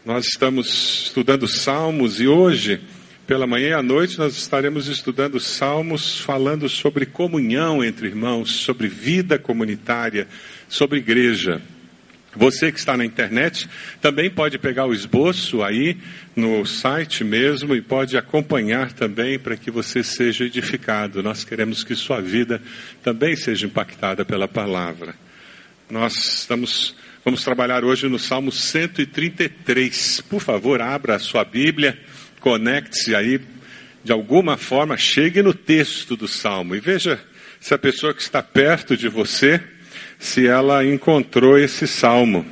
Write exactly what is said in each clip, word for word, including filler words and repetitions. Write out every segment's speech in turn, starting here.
Nós estamos estudando Salmos e hoje, pela manhã e à noite, nós estaremos estudando Salmos falando sobre comunhão entre irmãos, sobre vida comunitária, sobre igreja. Você que está na internet também pode pegar o esboço aí no site mesmo e pode acompanhar também para que você seja edificado. Nós queremos que sua vida também seja impactada pela palavra. Nós estamos... Vamos trabalhar hoje no Salmo cento e trinta e três. Por favor, abra a sua Bíblia, conecte-se aí, de alguma forma, chegue no texto do Salmo e veja se a pessoa que está perto de você, se ela encontrou esse Salmo.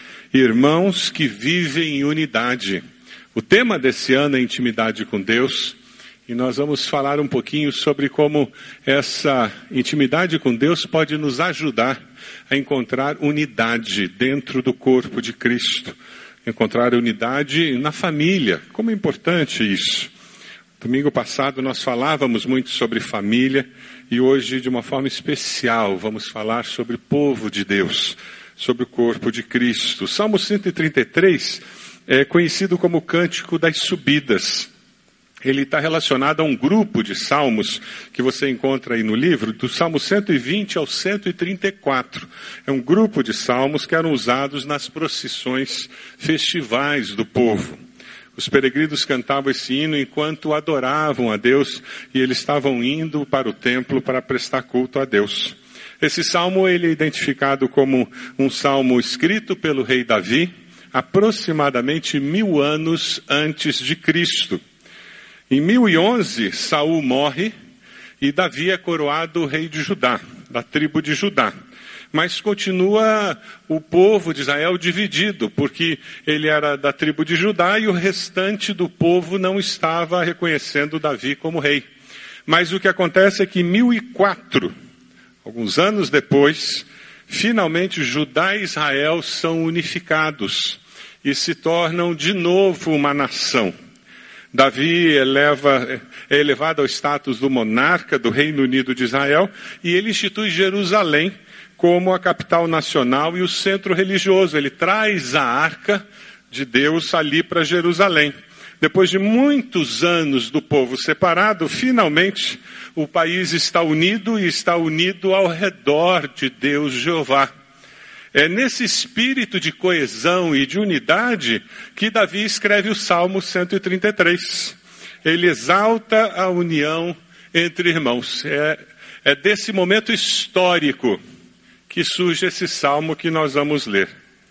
Irmãos que vivem em unidade. O tema desse ano é intimidade com Deus. E nós vamos falar um pouquinho sobre como essa intimidade com Deus pode nos ajudar a encontrar unidade dentro do corpo de Cristo. Encontrar unidade na família. Como é importante isso. Domingo passado nós falávamos muito sobre família e hoje, de uma forma especial, vamos falar sobre o povo de Deus, sobre o corpo de Cristo. O Salmo cento e trinta e três é conhecido como o Cântico das Subidas. Ele está relacionado a um grupo de salmos que você encontra aí no livro, do Salmo cento e vinte ao cento e trinta e quatro. É um grupo de salmos que eram usados nas procissões festivais do povo. Os peregrinos cantavam esse hino enquanto adoravam a Deus e eles estavam indo para o templo para prestar culto a Deus. Esse salmo ele é identificado como um salmo escrito pelo rei Davi, aproximadamente mil anos antes de Cristo. Em mil e onze, Saul morre e Davi é coroado rei de Judá, da tribo de Judá. Mas continua o povo de Israel dividido, porque ele era da tribo de Judá e o restante do povo não estava reconhecendo Davi como rei. Mas o que acontece é que em mil e quatro, alguns anos depois, finalmente Judá e Israel são unificados e se tornam de novo uma nação. Davi eleva, é elevado ao status do monarca do Reino Unido de Israel e ele institui Jerusalém como a capital nacional e o centro religioso. Ele traz a arca de Deus ali para Jerusalém. Depois de muitos anos do povo separado, finalmente o país está unido e está unido ao redor de Deus Jeová. É nesse espírito de coesão e de unidade que Davi escreve o Salmo cento e trinta e três. Ele exalta a união entre irmãos. É, é desse momento histórico que surge esse salmo que nós vamos ler.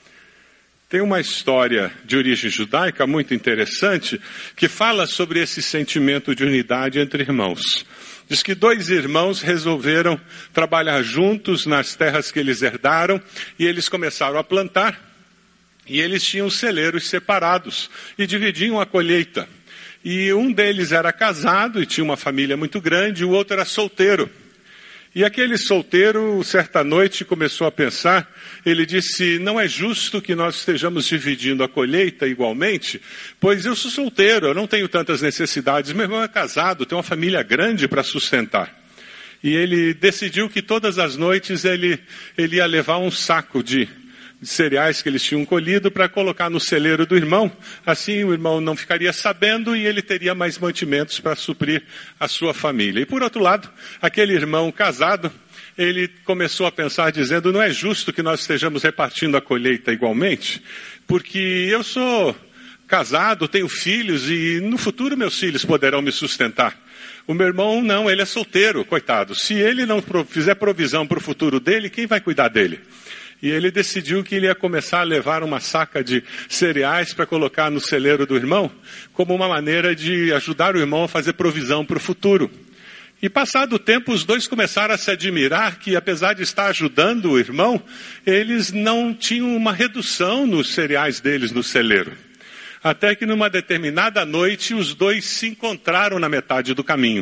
Tem uma história de origem judaica muito interessante que fala sobre esse sentimento de unidade entre irmãos. Diz que dois irmãos resolveram trabalhar juntos nas terras que eles herdaram e eles começaram a plantar. E eles tinham celeiros separados e dividiam a colheita. E um deles era casado e tinha uma família muito grande, e o outro era solteiro. E aquele solteiro, certa noite, começou a pensar, ele disse, não é justo que nós estejamos dividindo a colheita igualmente, pois eu sou solteiro, eu não tenho tantas necessidades, meu irmão é casado, tem uma família grande para sustentar. E ele decidiu que todas as noites ele, ele ia levar um saco de, de cereais que eles tinham colhido para colocar no celeiro do irmão, assim o irmão não ficaria sabendo e ele teria mais mantimentos para suprir a sua família. E por outro lado, aquele irmão casado, ele começou a pensar dizendo, não é justo que nós estejamos repartindo a colheita igualmente, porque eu sou casado, tenho filhos e no futuro meus filhos poderão me sustentar. O meu irmão não, ele é solteiro, coitado. Se ele não fizer provisão para o futuro dele, quem vai cuidar dele? E ele decidiu que ele ia começar a levar uma saca de cereais para colocar no celeiro do irmão, como uma maneira de ajudar o irmão a fazer provisão para o futuro. E passado o tempo, os dois começaram a se admirar que, apesar de estar ajudando o irmão, eles não tinham uma redução nos cereais deles no celeiro. Até que numa determinada noite, os dois se encontraram na metade do caminho.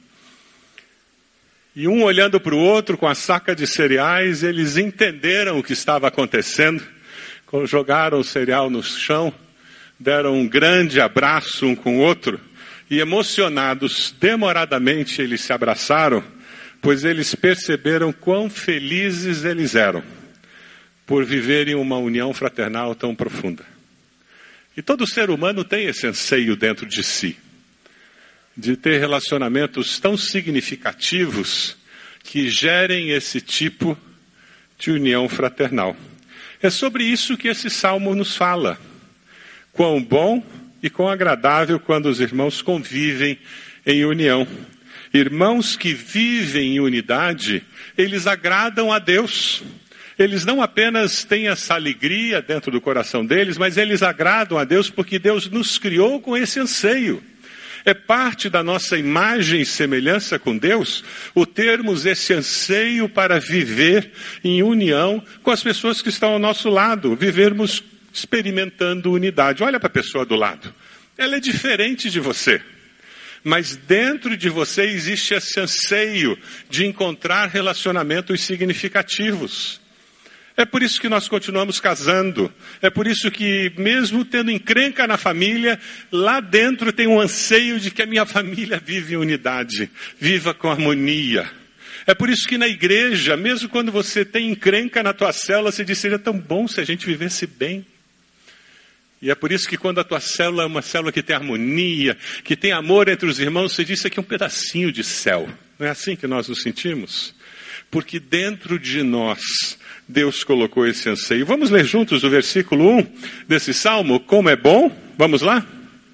E um olhando para o outro com a saca de cereais, eles entenderam o que estava acontecendo, jogaram o cereal no chão, deram um grande abraço um com o outro, e emocionados, demoradamente eles se abraçaram, pois eles perceberam quão felizes eles eram, por viverem uma união fraternal tão profunda. E todo ser humano tem esse anseio dentro de si, de ter relacionamentos tão significativos que gerem esse tipo de união fraternal. É sobre isso que esse salmo nos fala. Quão bom e quão agradável quando os irmãos convivem em união. Irmãos que vivem em unidade, eles agradam a Deus. Eles não apenas têm essa alegria dentro do coração deles, mas eles agradam a Deus porque Deus nos criou com esse anseio. É parte da nossa imagem e semelhança com Deus o termos esse anseio para viver em união com as pessoas que estão ao nosso lado, vivermos experimentando unidade. Olha para a pessoa do lado. Ela é diferente de você. Mas dentro de você existe esse anseio de encontrar relacionamentos significativos. É por isso que nós continuamos casando. É por isso que, mesmo tendo encrenca na família, lá dentro tem um anseio de que a minha família vive em unidade, viva com harmonia. É por isso que na igreja, mesmo quando você tem encrenca na tua célula, você diz, seria tão bom se a gente vivesse bem. E é por isso que quando a tua célula é uma célula que tem harmonia, que tem amor entre os irmãos, você diz, isso aqui é um pedacinho de céu. Não é assim que nós nos sentimos? Porque dentro de nós, Deus colocou esse anseio. Vamos ler juntos o versículo um desse salmo, como é bom? Vamos lá?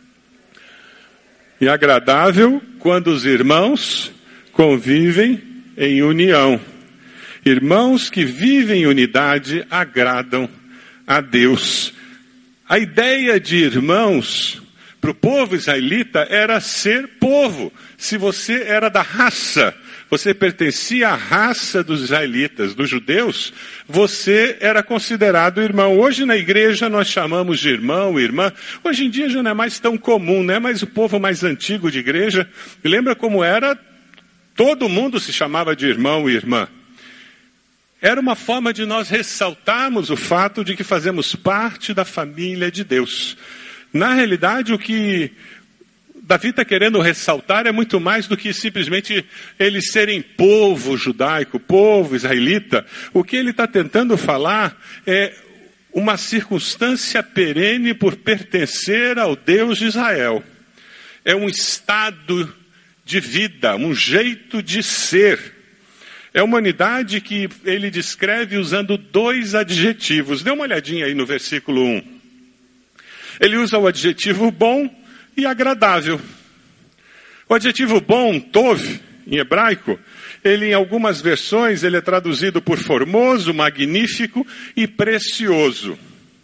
E agradável quando os irmãos convivem em união. Irmãos que vivem em unidade agradam a Deus. A ideia de irmãos para o povo israelita era ser povo. Se você era da raça, você pertencia à raça dos israelitas, dos judeus, você era considerado irmão. Hoje na igreja nós chamamos de irmão, irmã. Hoje em dia já não é mais tão comum, né? Mas o povo mais antigo de igreja, lembra como era? Todo mundo se chamava de irmão e irmã. Era uma forma de nós ressaltarmos o fato de que fazemos parte da família de Deus. Na realidade, o que Davi está querendo ressaltar é muito mais do que simplesmente eles serem povo judaico, povo israelita. O que ele está tentando falar é uma circunstância perene por pertencer ao Deus de Israel. É um estado de vida, um jeito de ser. É uma unidade que ele descreve usando dois adjetivos. Dê uma olhadinha aí no versículo um. Ele usa o adjetivo bom e agradável. O adjetivo bom, tov, em hebraico, ele em algumas versões ele é traduzido por formoso, magnífico e precioso.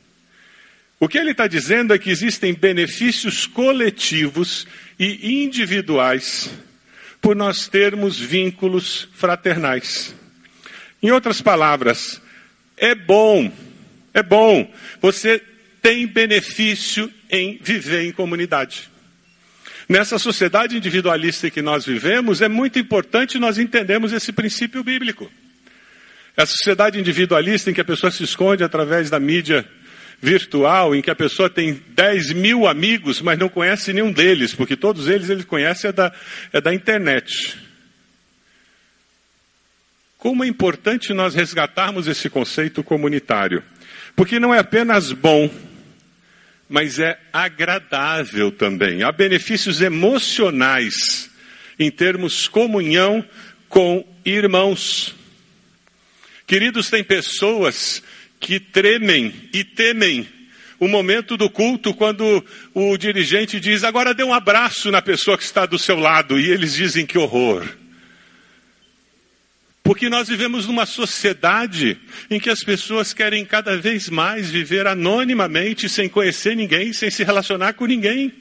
O que ele está dizendo é que existem benefícios coletivos e individuais por nós termos vínculos fraternais. Em outras palavras, é bom, é bom, você tem benefício em viver em comunidade. Nessa sociedade individualista que nós vivemos, é muito importante nós entendermos esse princípio bíblico. A sociedade individualista em que a pessoa se esconde através da mídia virtual, em que a pessoa tem dez mil amigos, mas não conhece nenhum deles, porque todos eles ele conhece é da, é da internet. Como é importante nós resgatarmos esse conceito comunitário. Porque não é apenas bom, mas é agradável também. Há benefícios emocionais em termos comunhão com irmãos. Queridos, tem pessoas que tremem e temem o momento do culto quando o dirigente diz, agora dê um abraço na pessoa que está do seu lado, e eles dizem que horror. Porque nós vivemos numa sociedade em que as pessoas querem cada vez mais viver anonimamente, sem conhecer ninguém, sem se relacionar com ninguém.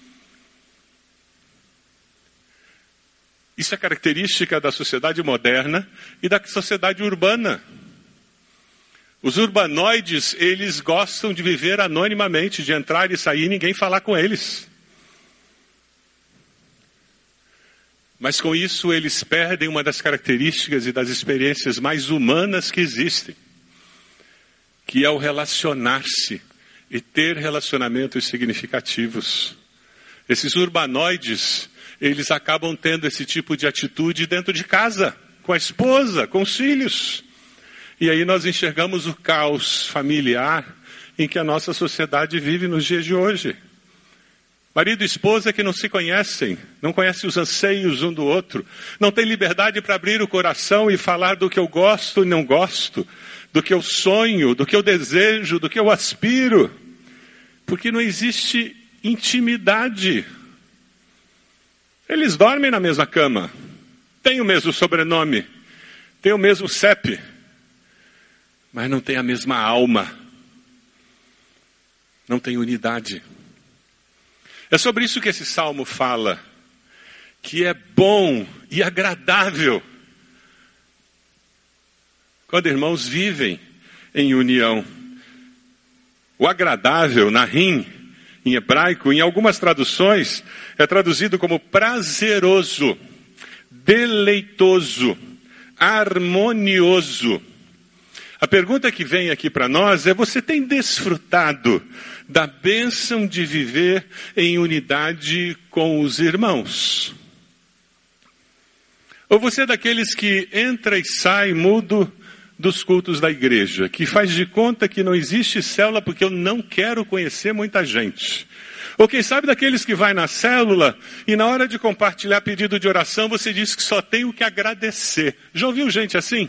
Isso é característica da sociedade moderna e da sociedade urbana. Os urbanoides, eles gostam de viver anonimamente, de entrar e sair e ninguém falar com eles. Mas com isso eles perdem uma das características e das experiências mais humanas que existem, que é o relacionar-se e ter relacionamentos significativos. Esses urbanoides, eles acabam tendo esse tipo de atitude dentro de casa, com a esposa, com os filhos. E aí nós enxergamos o caos familiar em que a nossa sociedade vive nos dias de hoje. Marido e esposa que não se conhecem, não conhecem os anseios um do outro, não tem liberdade para abrir o coração e falar do que eu gosto e não gosto, do que eu sonho, do que eu desejo, do que eu aspiro, porque não existe intimidade. Eles dormem na mesma cama, têm o mesmo sobrenome, têm o mesmo C E P, mas não têm a mesma alma, não tem unidade. É sobre isso que esse salmo fala, que é bom e agradável quando irmãos vivem em união. O agradável, nahim, em hebraico, em algumas traduções, é traduzido como prazeroso, deleitoso, harmonioso. A pergunta que vem aqui para nós é: você tem desfrutado da bênção de viver em unidade com os irmãos? Ou você é daqueles que entra e sai mudo dos cultos da igreja, que faz de conta que não existe célula porque eu não quero conhecer muita gente? Ou quem sabe daqueles que vai na célula e na hora de compartilhar pedido de oração você diz que só tem o que agradecer? Já ouviu gente assim?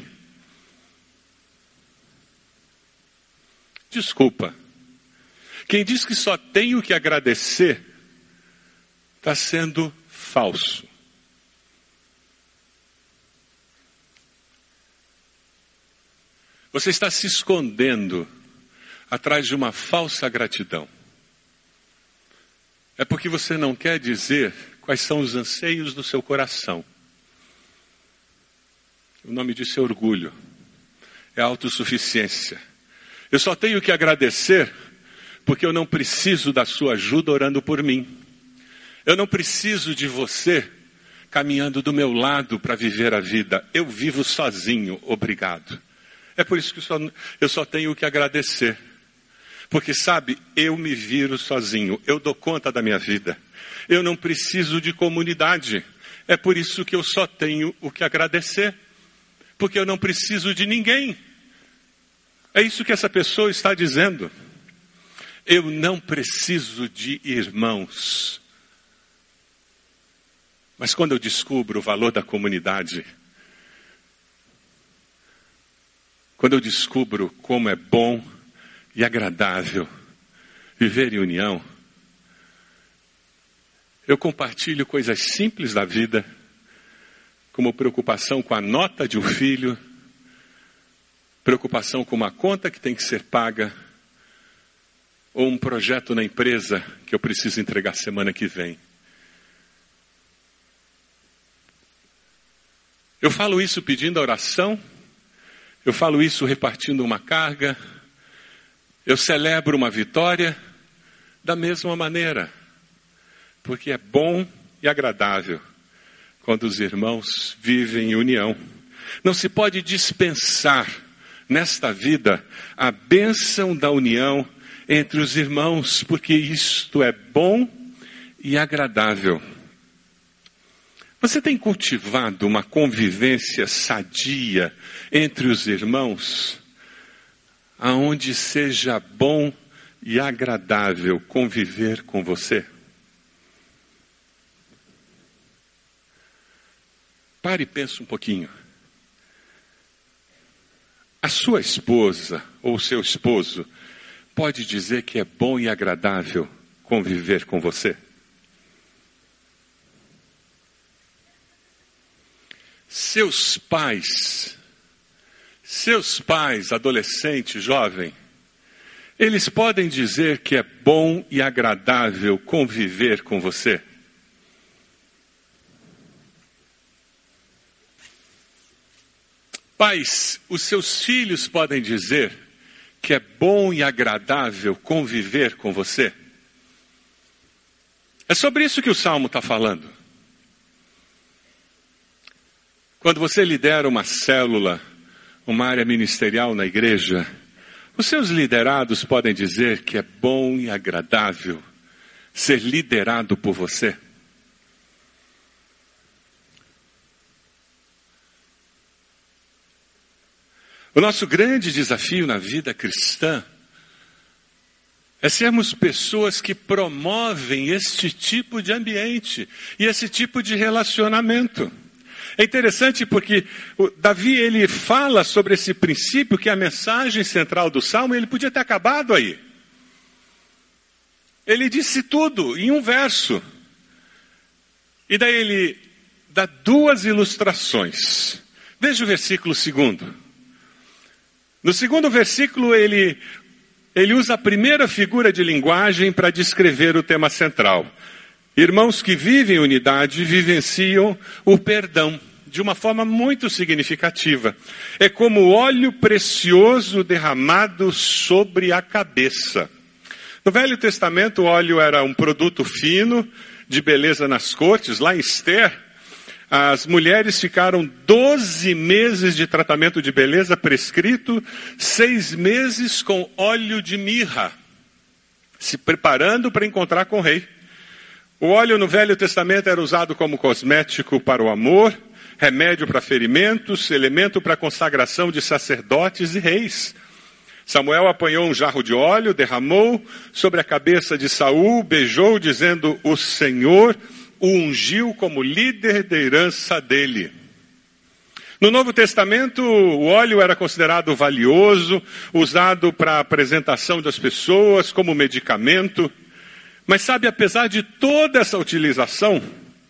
Desculpa. Quem diz que só tem o que agradecer está sendo falso. Você está se escondendo atrás de uma falsa gratidão. É porque você não quer dizer quais são os anseios do seu coração. O nome disso é orgulho, é autossuficiência. Eu só tenho que agradecer porque eu não preciso da sua ajuda orando por mim. Eu não preciso de você caminhando do meu lado para viver a vida. Eu vivo sozinho, obrigado. É por isso que eu só, eu só tenho que agradecer. Porque sabe, eu me viro sozinho, eu dou conta da minha vida. Eu não preciso de comunidade. É por isso que eu só tenho o que agradecer. Porque eu não preciso de ninguém. É isso que essa pessoa está dizendo. Eu não preciso de irmãos. Mas quando eu descubro o valor da comunidade, quando eu descubro como é bom e agradável viver em união, eu compartilho coisas simples da vida, como preocupação com a nota de um filho, preocupação com uma conta que tem que ser paga, ou um projeto na empresa que eu preciso entregar semana que vem. Eu falo isso pedindo a oração, eu falo isso repartindo uma carga, eu celebro uma vitória da mesma maneira, porque é bom e agradável quando os irmãos vivem em união. Não se pode dispensar nesta vida a bênção da união entre os irmãos, porque isto é bom e agradável. Você tem cultivado uma convivência sadia entre os irmãos, aonde seja bom e agradável conviver com você? Pare e pense um pouquinho. A sua esposa ou o seu esposo pode dizer que é bom e agradável conviver com você? Seus pais, seus pais, adolescente, jovem, eles podem dizer que é bom e agradável conviver com você? Pais, os seus filhos podem dizer que é bom e agradável conviver com você? É sobre isso que o Salmo está falando. Quando você lidera uma célula, uma área ministerial na igreja, os seus liderados podem dizer que é bom e agradável ser liderado por você? O nosso grande desafio na vida cristã é sermos pessoas que promovem este tipo de ambiente e esse tipo de relacionamento. É interessante porque o Davi, ele fala sobre esse princípio, que é a mensagem central do Salmo, ele podia ter acabado aí. Ele disse tudo em um verso. E daí ele dá duas ilustrações. Veja o versículo segundo. No segundo versículo, ele, ele usa a primeira figura de linguagem para descrever o tema central. Irmãos que vivem em unidade vivenciam o perdão de uma forma muito significativa. É como óleo precioso derramado sobre a cabeça. No Velho Testamento, o óleo era um produto fino, de beleza nas cortes. Lá em Esther, as mulheres ficaram doze meses de tratamento de beleza prescrito, seis meses com óleo de mirra, se preparando para encontrar com o rei. O óleo no Velho Testamento era usado como cosmético para o amor, remédio para ferimentos, elemento para a consagração de sacerdotes e reis. Samuel apanhou um jarro de óleo, derramou sobre a cabeça de Saul, beijou, dizendo: o Senhor o ungiu como líder da herança dele. No Novo Testamento, o óleo era considerado valioso, usado para a apresentação das pessoas como medicamento. Mas sabe, apesar de toda essa utilização,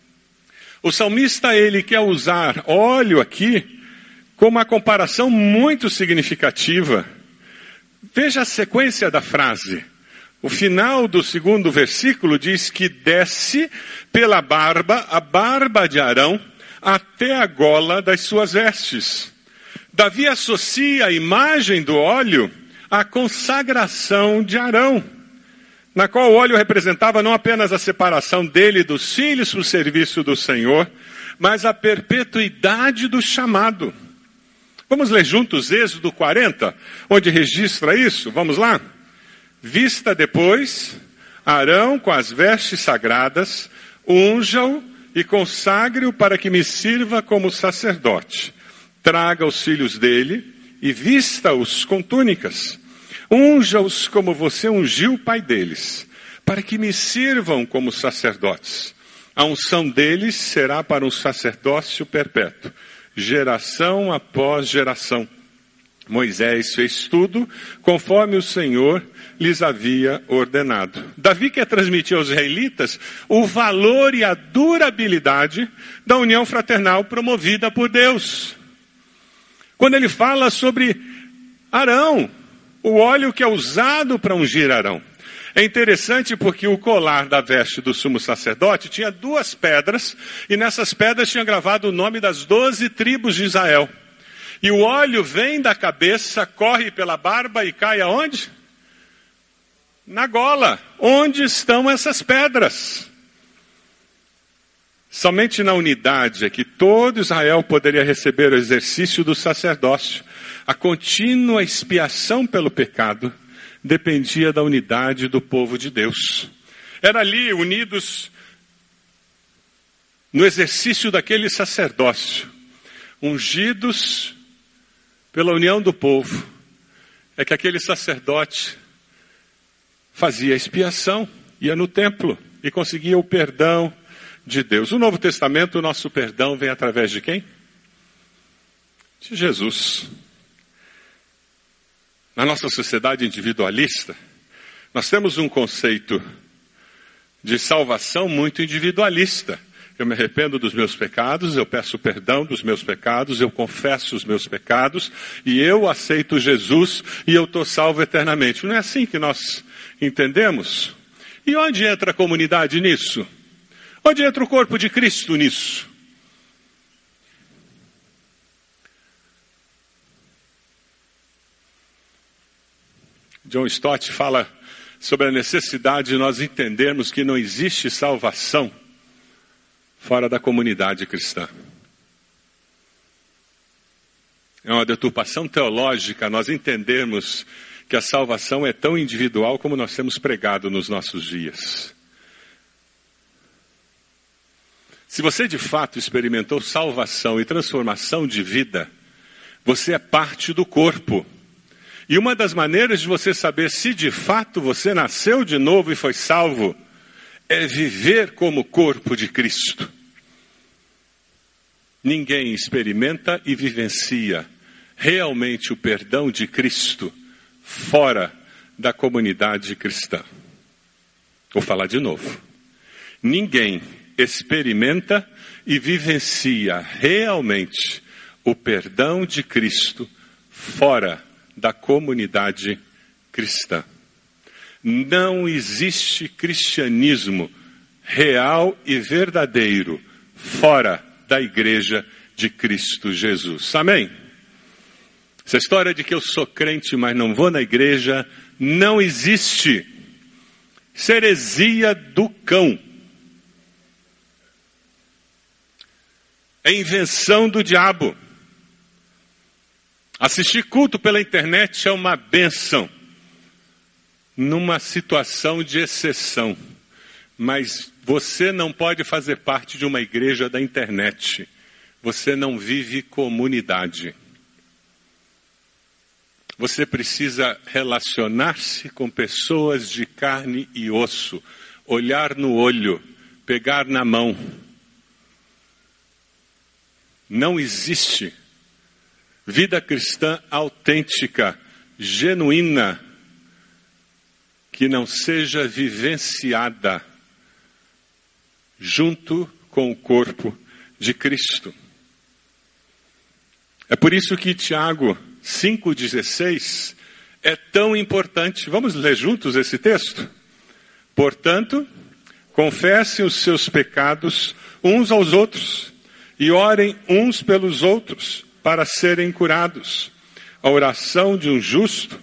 o salmista, ele quer usar óleo aqui com uma comparação muito significativa. Veja a sequência da frase. O final do segundo versículo diz que desce pela barba, a barba de Arão, até a gola das suas vestes. Davi associa a imagem do óleo à consagração de Arão, na qual o óleo representava não apenas a separação dele dos filhos para o serviço do Senhor, mas a perpetuidade do chamado. Vamos ler juntos Êxodo quarenta, onde registra isso? Vamos lá? Vista depois Arão com as vestes sagradas, unja-o e consagre-o para que me sirva como sacerdote. Traga os filhos dele e vista-os com túnicas. Unja-os como você ungiu o pai deles, para que me sirvam como sacerdotes. A unção deles será para um sacerdócio perpétuo, geração após geração. Moisés fez tudo conforme o Senhor lhes havia ordenado. Davi quer transmitir aos israelitas o valor e a durabilidade da união fraternal promovida por Deus. Quando ele fala sobre Arão, o óleo que é usado para ungir Arão. É interessante porque o colar da veste do sumo sacerdote tinha duas pedras, e nessas pedras tinha gravado o nome das doze tribos de Israel. E o óleo vem da cabeça, corre pela barba e cai aonde? Na gola. Onde estão essas pedras? Somente na unidade é que todo Israel poderia receber o exercício do sacerdócio. A contínua expiação pelo pecado dependia da unidade do povo de Deus. Era ali, unidos no exercício daquele sacerdócio, ungidos pela união do povo, é que aquele sacerdote fazia expiação, ia no templo e conseguia o perdão de Deus. No Novo Testamento, o nosso perdão vem através de quem? De Jesus. Na nossa sociedade individualista, nós temos um conceito de salvação muito individualista. Eu me arrependo dos meus pecados, eu peço perdão dos meus pecados, eu confesso os meus pecados, e eu aceito Jesus, e eu estou salvo eternamente. Não é assim que nós entendemos? E onde entra a comunidade nisso? Onde entra o corpo de Cristo nisso? John Stott fala sobre a necessidade de nós entendermos que não existe salvação fora da comunidade cristã. É uma deturpação teológica nós entendermos que a salvação é tão individual como nós temos pregado nos nossos dias. Se você de fato experimentou salvação e transformação de vida, Você é parte do corpo. E uma das maneiras de você saber se de fato você nasceu de novo e foi salvo é viver como corpo de Cristo. Ninguém experimenta e vivencia realmente o perdão de Cristo fora da comunidade cristã. Vou falar de novo. Ninguém experimenta e vivencia realmente o perdão de Cristo fora da comunidade cristã. Não existe cristianismo real e verdadeiro fora da igreja de Cristo Jesus. Amém? Essa história de que eu sou crente, mas não vou na igreja, não existe. Isso é heresia do cão. É invenção do diabo. Assistir culto pela internet é uma bênção, numa situação de exceção. Mas você não pode fazer parte de uma igreja da internet. Você não vive comunidade. Você precisa relacionar-se com pessoas de carne e osso, olhar no olho, pegar na mão. Não existe vida cristã autêntica, genuína, que não seja vivenciada junto com o corpo de Cristo. É por isso que Tiago cinco dezesseis é tão importante. Vamos ler juntos esse texto? Portanto, confessem os seus pecados uns aos outros e orem uns pelos outros para serem curados. A oração de um justo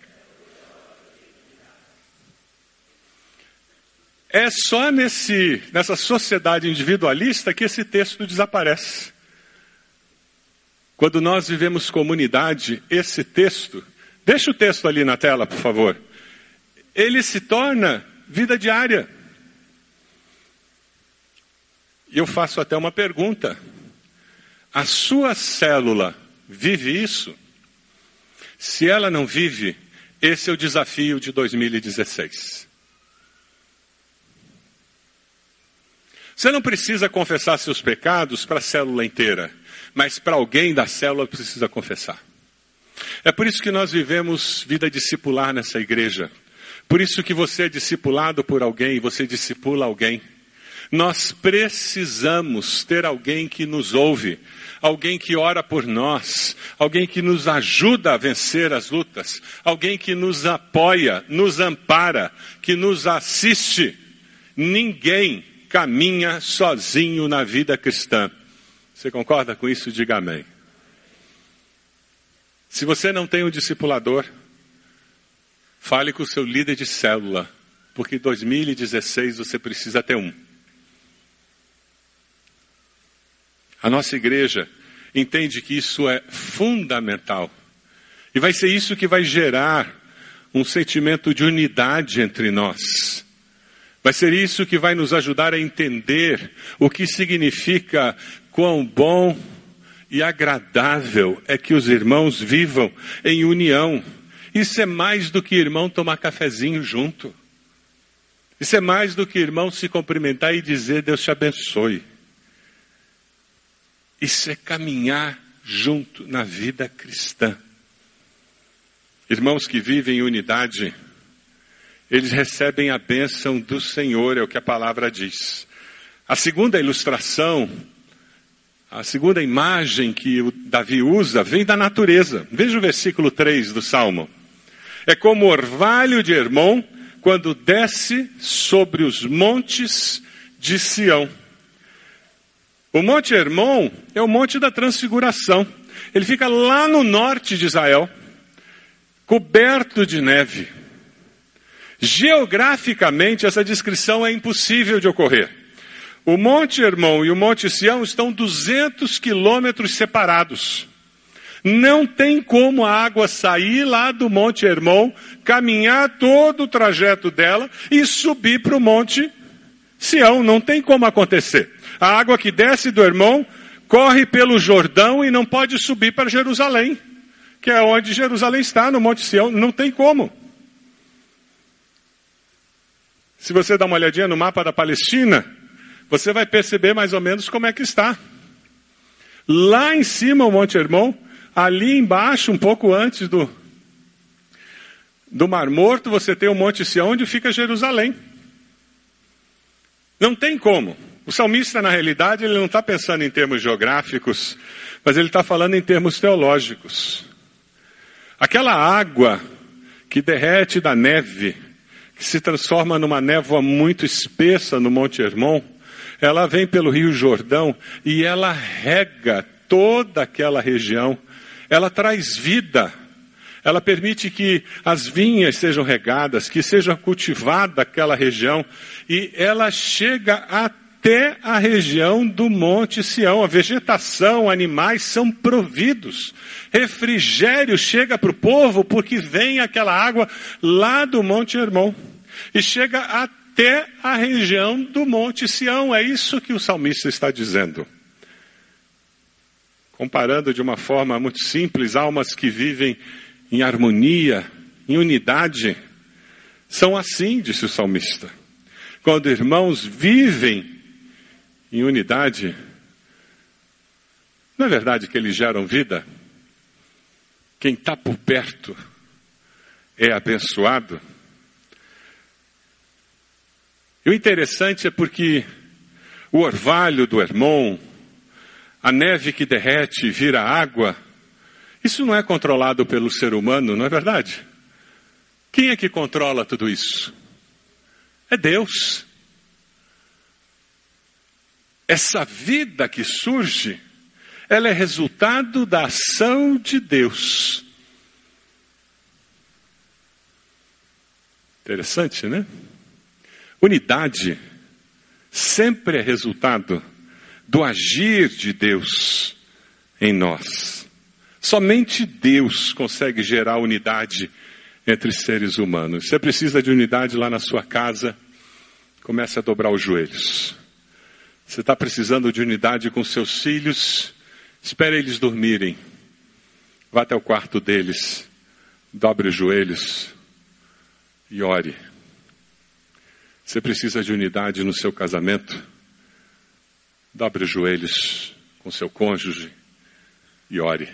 é só nesse, nessa sociedade individualista que esse texto desaparece. Quando nós vivemos comunidade, esse texto, deixa o texto ali na tela, por favor, ele se torna vida diária. E eu faço até uma pergunta. A sua célula vive isso? Se ela não vive, esse é o desafio de dois mil e dezesseis. Você não precisa confessar seus pecados para a célula inteira, mas para alguém da célula precisa confessar. É por isso que nós vivemos vida discipular nessa igreja. Por isso que você é discipulado por alguém, você discipula alguém. Nós precisamos ter alguém que nos ouve, alguém que ora por nós, alguém que nos ajuda a vencer as lutas, alguém que nos apoia, nos ampara, que nos assiste. Ninguém caminha sozinho na vida cristã. Você concorda com isso? Diga amém. Se você não tem um discipulador, fale com o seu líder de célula, porque em dois mil e dezesseis você precisa ter um. A nossa igreja entende que isso é fundamental. E vai ser isso que vai gerar um sentimento de unidade entre nós. Vai ser isso que vai nos ajudar a entender o que significa quão bom e agradável é que os irmãos vivam em união. Isso é mais do que irmão tomar cafezinho junto. Isso é mais do que irmão se cumprimentar e dizer Deus te abençoe. Isso é caminhar junto na vida cristã. Irmãos que vivem em unidade, eles recebem a bênção do Senhor, é o que a palavra diz. A segunda ilustração, a segunda imagem que o Davi usa, vem da natureza. Veja o versículo três do Salmo. É como o orvalho de Hermon, quando desce sobre os montes de Sião. O Monte Hermon é o Monte da Transfiguração. Ele fica lá no norte de Israel, coberto de neve. Geograficamente, essa descrição é impossível de ocorrer. O Monte Hermon e o Monte Sião estão duzentos quilômetros separados. Não tem como a água sair lá do Monte Hermon, caminhar todo o trajeto dela e subir para o Monte Sião. Não tem como acontecer. A água que desce do Hermon corre pelo Jordão e não pode subir para Jerusalém, que é onde Jerusalém está, no Monte Sião. Não tem como. Se você dá uma olhadinha no mapa da Palestina, você vai perceber mais ou menos como é que está. Lá em cima o Monte Hermon, ali embaixo, um pouco antes do, do Mar Morto, você tem o Monte Sião, onde fica Jerusalém. Não tem como. O salmista, na realidade, ele não está pensando em termos geográficos, mas ele está falando em termos teológicos. Aquela água que derrete da neve, que se transforma numa névoa muito espessa no Monte Hermon, ela vem pelo Rio Jordão e ela rega toda aquela região. Ela traz vida. Ela permite que as vinhas sejam regadas, que seja cultivada aquela região. E ela chega até a região do Monte Sião. A vegetação, animais são providos. Refrigério chega para o povo porque vem aquela água lá do Monte Hermon. E chega até a região do Monte Sião. É isso que o salmista está dizendo. Comparando de uma forma muito simples, almas que vivem em harmonia, em unidade, são assim, disse o salmista. Quando irmãos vivem em unidade, não é verdade que eles geram vida? Quem está por perto é abençoado. E o interessante é porque o orvalho do Hermon, a neve que derrete e vira água, isso não é controlado pelo ser humano, não é verdade? Quem é que controla tudo isso? É Deus. Essa vida que surge, ela é resultado da ação de Deus. Interessante, né? Unidade sempre é resultado do agir de Deus em nós. Somente Deus consegue gerar unidade entre seres humanos. Você precisa de unidade lá na sua casa, comece a dobrar os joelhos. Você está precisando de unidade com seus filhos, espere eles dormirem. Vá até o quarto deles, dobre os joelhos e ore. Você precisa de unidade no seu casamento, dobre os joelhos com seu cônjuge e ore.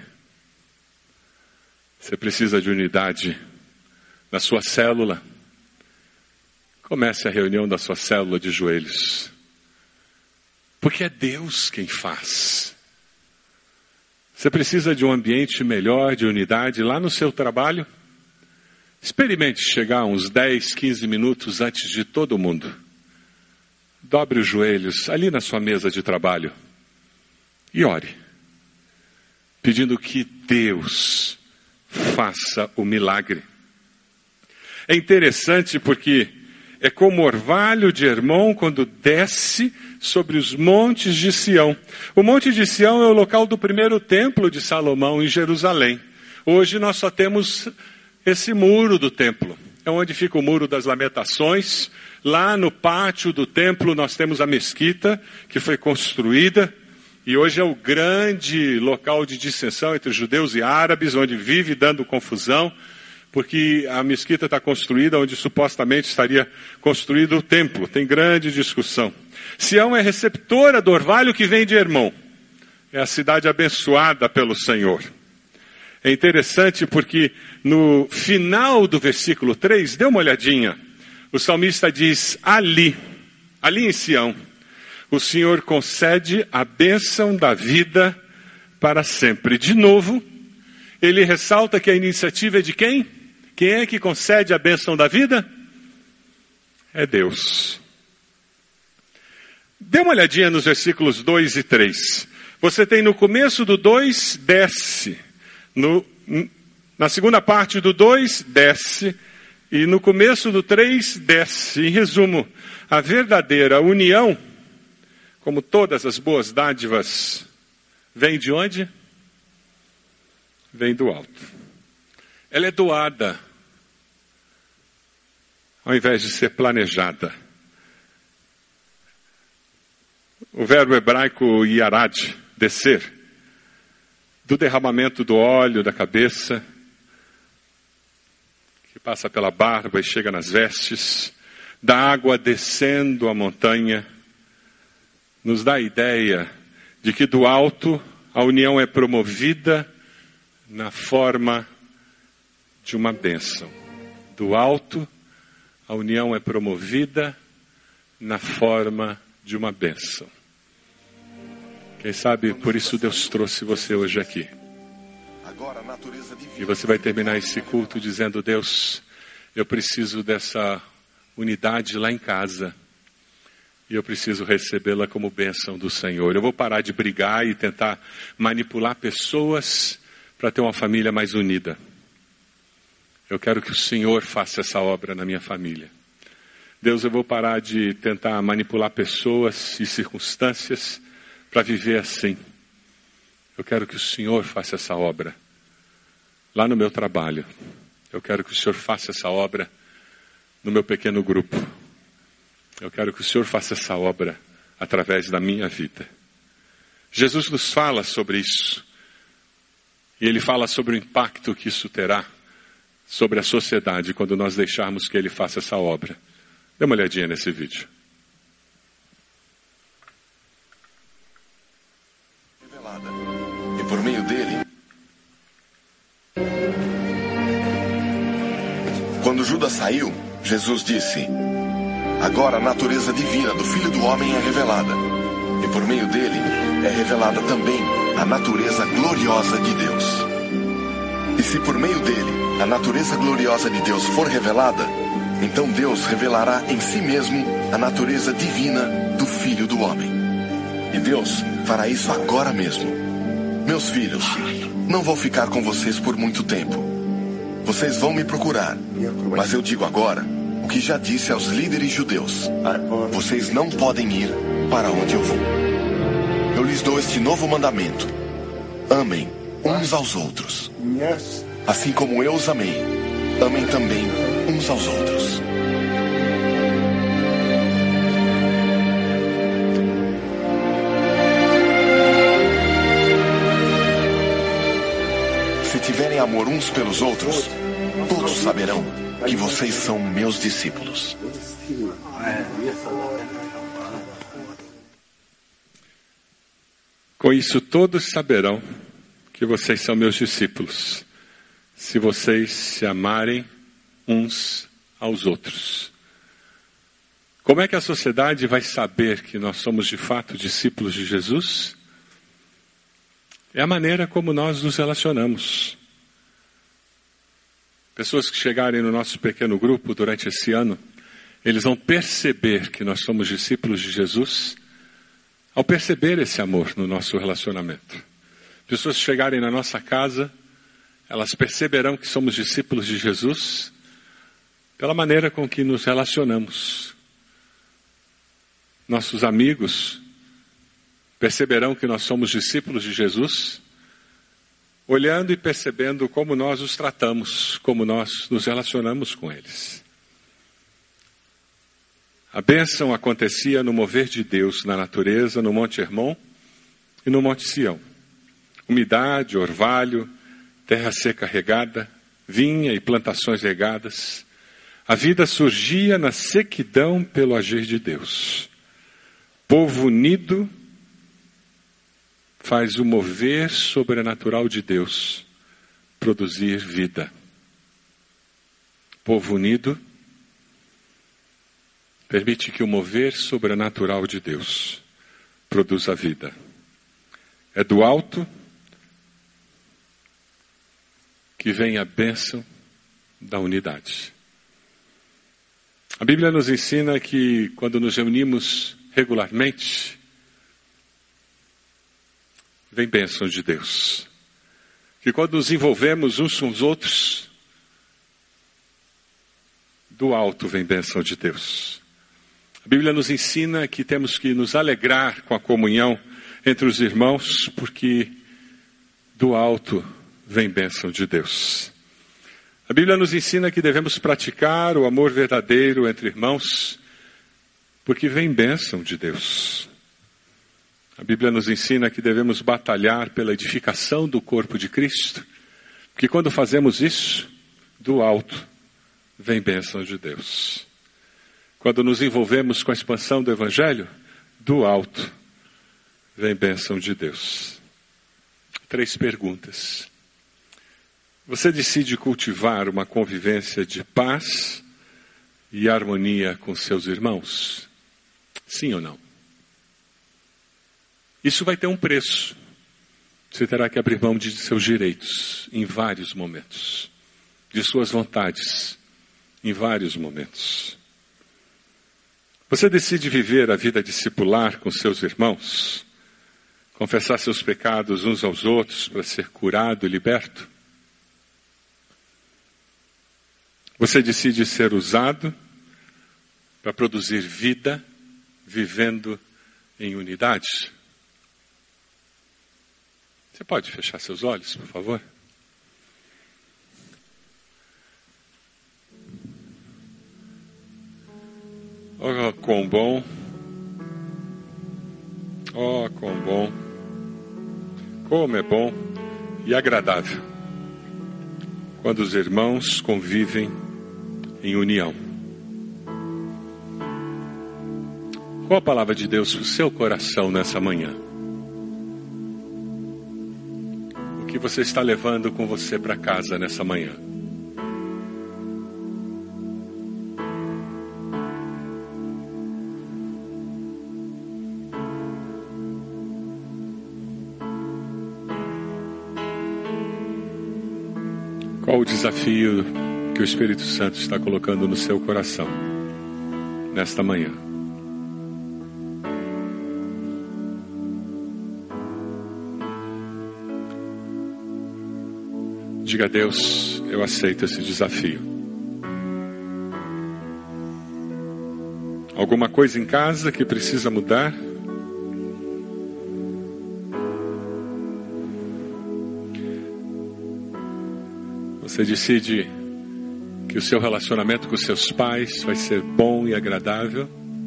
Você precisa de unidade na sua célula. Comece a reunião da sua célula de joelhos. Porque é Deus quem faz. Você precisa de um ambiente melhor, de unidade lá no seu trabalho. Experimente chegar uns dez, quinze minutos antes de todo mundo. Dobre os joelhos ali na sua mesa de trabalho e ore. Pedindo que Deus faça o milagre. É interessante porque é como o orvalho de Hermon quando desce sobre os montes de Sião. O Monte de Sião é o local do primeiro templo de Salomão em Jerusalém. Hoje nós só temos esse muro do templo. É onde fica o muro das lamentações. Lá no pátio do templo nós temos a mesquita que foi construída. E hoje é o grande local de dissensão entre judeus e árabes, onde vive dando confusão, porque a mesquita está construída onde supostamente estaria construído o templo. Tem grande discussão. Sião é receptora do orvalho que vem de Hermon. É a cidade abençoada pelo Senhor. É interessante porque no final do versículo três, dê uma olhadinha, o salmista diz, ali, ali em Sião, o Senhor concede a bênção da vida para sempre. De novo, ele ressalta que a iniciativa é de quem? Quem é que concede a bênção da vida? É Deus. Dê uma olhadinha nos versículos dois e três. Você tem no começo do dois, desce. No, na segunda parte do dois, desce. E no começo do três, desce. Em resumo, a verdadeira união, como todas as boas dádivas, vem de onde? Vem do alto. Ela é doada, ao invés de ser planejada. O verbo hebraico yarad, descer, do derramamento do óleo da cabeça, que passa pela barba e chega nas vestes, da água descendo a montanha, nos dá a ideia de que do alto a união é promovida na forma de uma bênção. Do alto a união é promovida na forma de uma bênção. Quem sabe por isso Deus trouxe você hoje aqui. E você vai terminar esse culto dizendo: Deus, eu preciso dessa unidade lá em casa. E eu preciso recebê-la como bênção do Senhor. Eu vou parar de brigar e tentar manipular pessoas para ter uma família mais unida. Eu quero que o Senhor faça essa obra na minha família. Deus, eu vou parar de tentar manipular pessoas e circunstâncias para viver assim. Eu quero que o Senhor faça essa obra lá no meu trabalho. Eu quero que o Senhor faça essa obra no meu pequeno grupo. Eu quero que o Senhor faça essa obra através da minha vida. Jesus nos fala sobre isso. E Ele fala sobre o impacto que isso terá sobre a sociedade quando nós deixarmos que Ele faça essa obra. Dê uma olhadinha nesse vídeo. Revelada. E por meio dele, quando Judas saiu, Jesus disse: agora a natureza divina do Filho do Homem é revelada, e por meio dele é revelada também a natureza gloriosa de Deus. E se por meio dele a natureza gloriosa de Deus for revelada, então Deus revelará em si mesmo a natureza divina do Filho do Homem. E Deus fará isso agora mesmo. Meus filhos, não vou ficar com vocês por muito tempo. Vocês vão me procurar, mas eu digo agora o que já disse aos líderes judeus: vocês não podem ir para onde eu vou. Eu lhes dou este novo mandamento: amem uns aos outros. Assim como eu os amei, amem também uns aos outros. Se tiverem amor uns pelos outros, todos saberão que vocês são meus discípulos. Com isso todos saberão que vocês são meus discípulos, se vocês se amarem uns aos outros. Como é que a sociedade vai saber que nós somos de fato discípulos de Jesus? É a maneira como nós nos relacionamos. Pessoas que chegarem no nosso pequeno grupo durante esse ano, eles vão perceber que nós somos discípulos de Jesus ao perceber esse amor no nosso relacionamento. Pessoas que chegarem na nossa casa, elas perceberão que somos discípulos de Jesus pela maneira com que nos relacionamos. Nossos amigos perceberão que nós somos discípulos de Jesus olhando e percebendo como nós os tratamos, como nós nos relacionamos com eles. A bênção acontecia no mover de Deus na natureza, no Monte Hermon e no Monte Sião. Umidade, orvalho, terra seca regada, vinha e plantações regadas. A vida surgia na sequidão pelo agir de Deus. Povo unido faz o mover sobrenatural de Deus produzir vida. Povo unido permite que o mover sobrenatural de Deus produza vida. É do alto que vem a bênção da unidade. A Bíblia nos ensina que quando nos reunimos regularmente, vem bênção de Deus. Que quando nos envolvemos uns com os outros, do alto vem bênção de Deus. A Bíblia nos ensina que temos que nos alegrar com a comunhão entre os irmãos, porque do alto vem bênção de Deus. A Bíblia nos ensina que devemos praticar o amor verdadeiro entre irmãos, porque vem bênção de Deus. A Bíblia nos ensina que devemos batalhar pela edificação do corpo de Cristo, porque quando fazemos isso, do alto vem bênção de Deus. Quando nos envolvemos com a expansão do Evangelho, do alto vem bênção de Deus. Três perguntas. Você decide cultivar uma convivência de paz e harmonia com seus irmãos? Sim ou não? Isso vai ter um preço. Você terá que abrir mão de seus direitos em vários momentos, de suas vontades em vários momentos. Você decide viver a vida discipular com seus irmãos, confessar seus pecados uns aos outros para ser curado e liberto? Você decide ser usado para produzir vida, vivendo em unidade? Você pode fechar seus olhos, por favor? Oh, quão bom. Oh, quão bom. Como é bom e agradável quando os irmãos convivem em união. Qual a palavra de Deus para o seu coração nessa manhã? O que você está levando com você para casa nessa manhã? Qual o desafio que o Espírito Santo está colocando no seu coração nesta manhã? Diga a Deus, eu aceito esse desafio. Alguma coisa em casa que precisa mudar? Você decide que o seu relacionamento com os seus pais vai ser bom e agradável.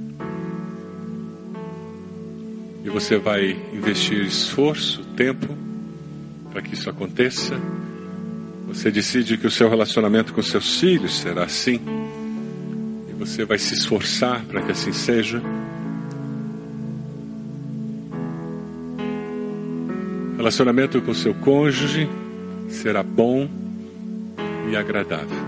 E você vai investir esforço, tempo, para que isso aconteça. Você decide que o seu relacionamento com seus filhos será assim. E você vai se esforçar para que assim seja. Relacionamento com seu cônjuge será bom e agradável.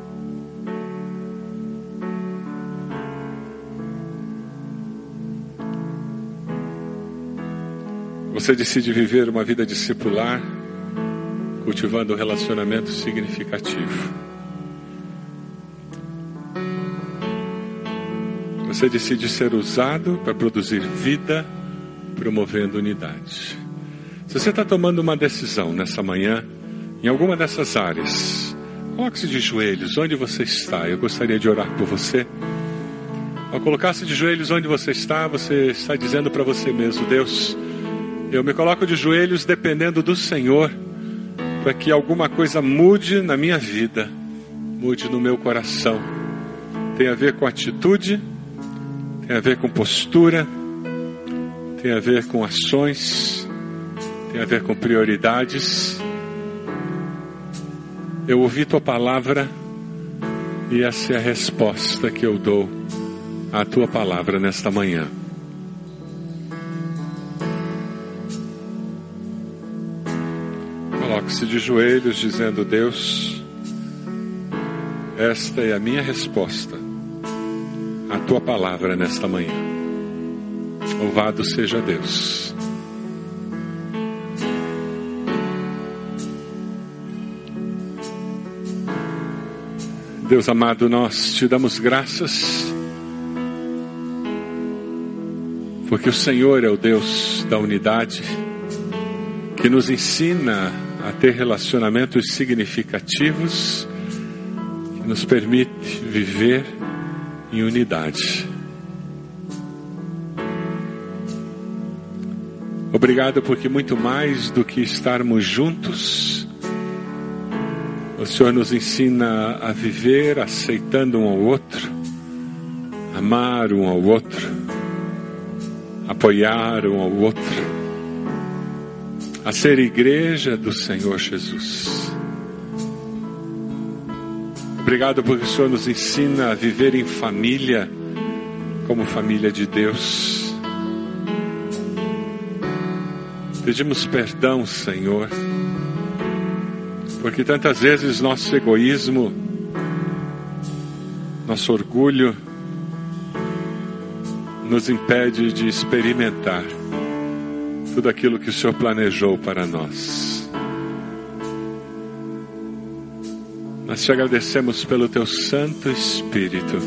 Você decide viver uma vida discipular, cultivando um relacionamento significativo. Você decide ser usado para produzir vida, promovendo unidade. Se você está tomando uma decisão nessa manhã, em alguma dessas áreas, coloque-se de joelhos onde você está. Eu gostaria de orar por você. Ao colocar-se de joelhos onde você está, você está dizendo para você mesmo: Deus, eu me coloco de joelhos dependendo do Senhor, para que alguma coisa mude na minha vida, mude no meu coração. Tem a ver com atitude, tem a ver com postura, tem a ver com ações, tem a ver com prioridades. Eu ouvi tua palavra e essa é a resposta que eu dou à tua palavra nesta manhã. Coloque-se de joelhos dizendo: Deus, esta é a minha resposta à tua palavra nesta manhã. Louvado seja Deus. Deus amado, nós te damos graças, porque o Senhor é o Deus da unidade, que nos ensina a ter relacionamentos significativos, que nos permite viver em unidade. Obrigado porque muito mais do que estarmos juntos, o Senhor nos ensina a viver aceitando um ao outro, amar um ao outro, apoiar um ao outro, a ser igreja do Senhor Jesus. Obrigado porque o Senhor nos ensina a viver em família, como família de Deus. Pedimos perdão, Senhor, porque tantas vezes nosso egoísmo, nosso orgulho, nos impede de experimentar tudo aquilo que o Senhor planejou para nós. Nós te agradecemos pelo Teu Santo Espírito,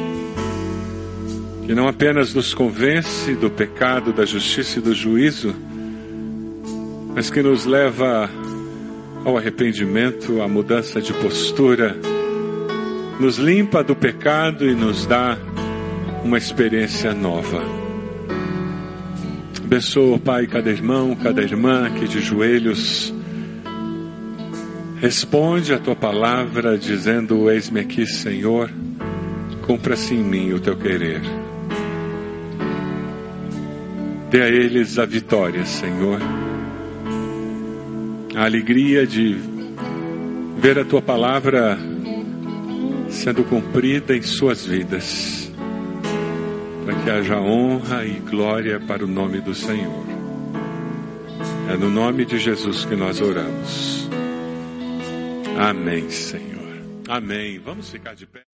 que não apenas nos convence do pecado, da justiça e do juízo, mas que nos leva ao arrependimento, à mudança de postura, nos limpa do pecado e nos dá uma experiência nova. Abençoa, Pai, cada irmão, cada irmã aqui de joelhos. Responde a Tua palavra dizendo: eis-me aqui, Senhor, cumpra-se em mim o Teu querer. Dê a eles a vitória, Senhor, a alegria de ver a Tua palavra sendo cumprida em suas vidas, para que haja honra e glória para o nome do Senhor. É no nome de Jesus que nós oramos. Amém, Senhor. Amém. Vamos ficar de pé.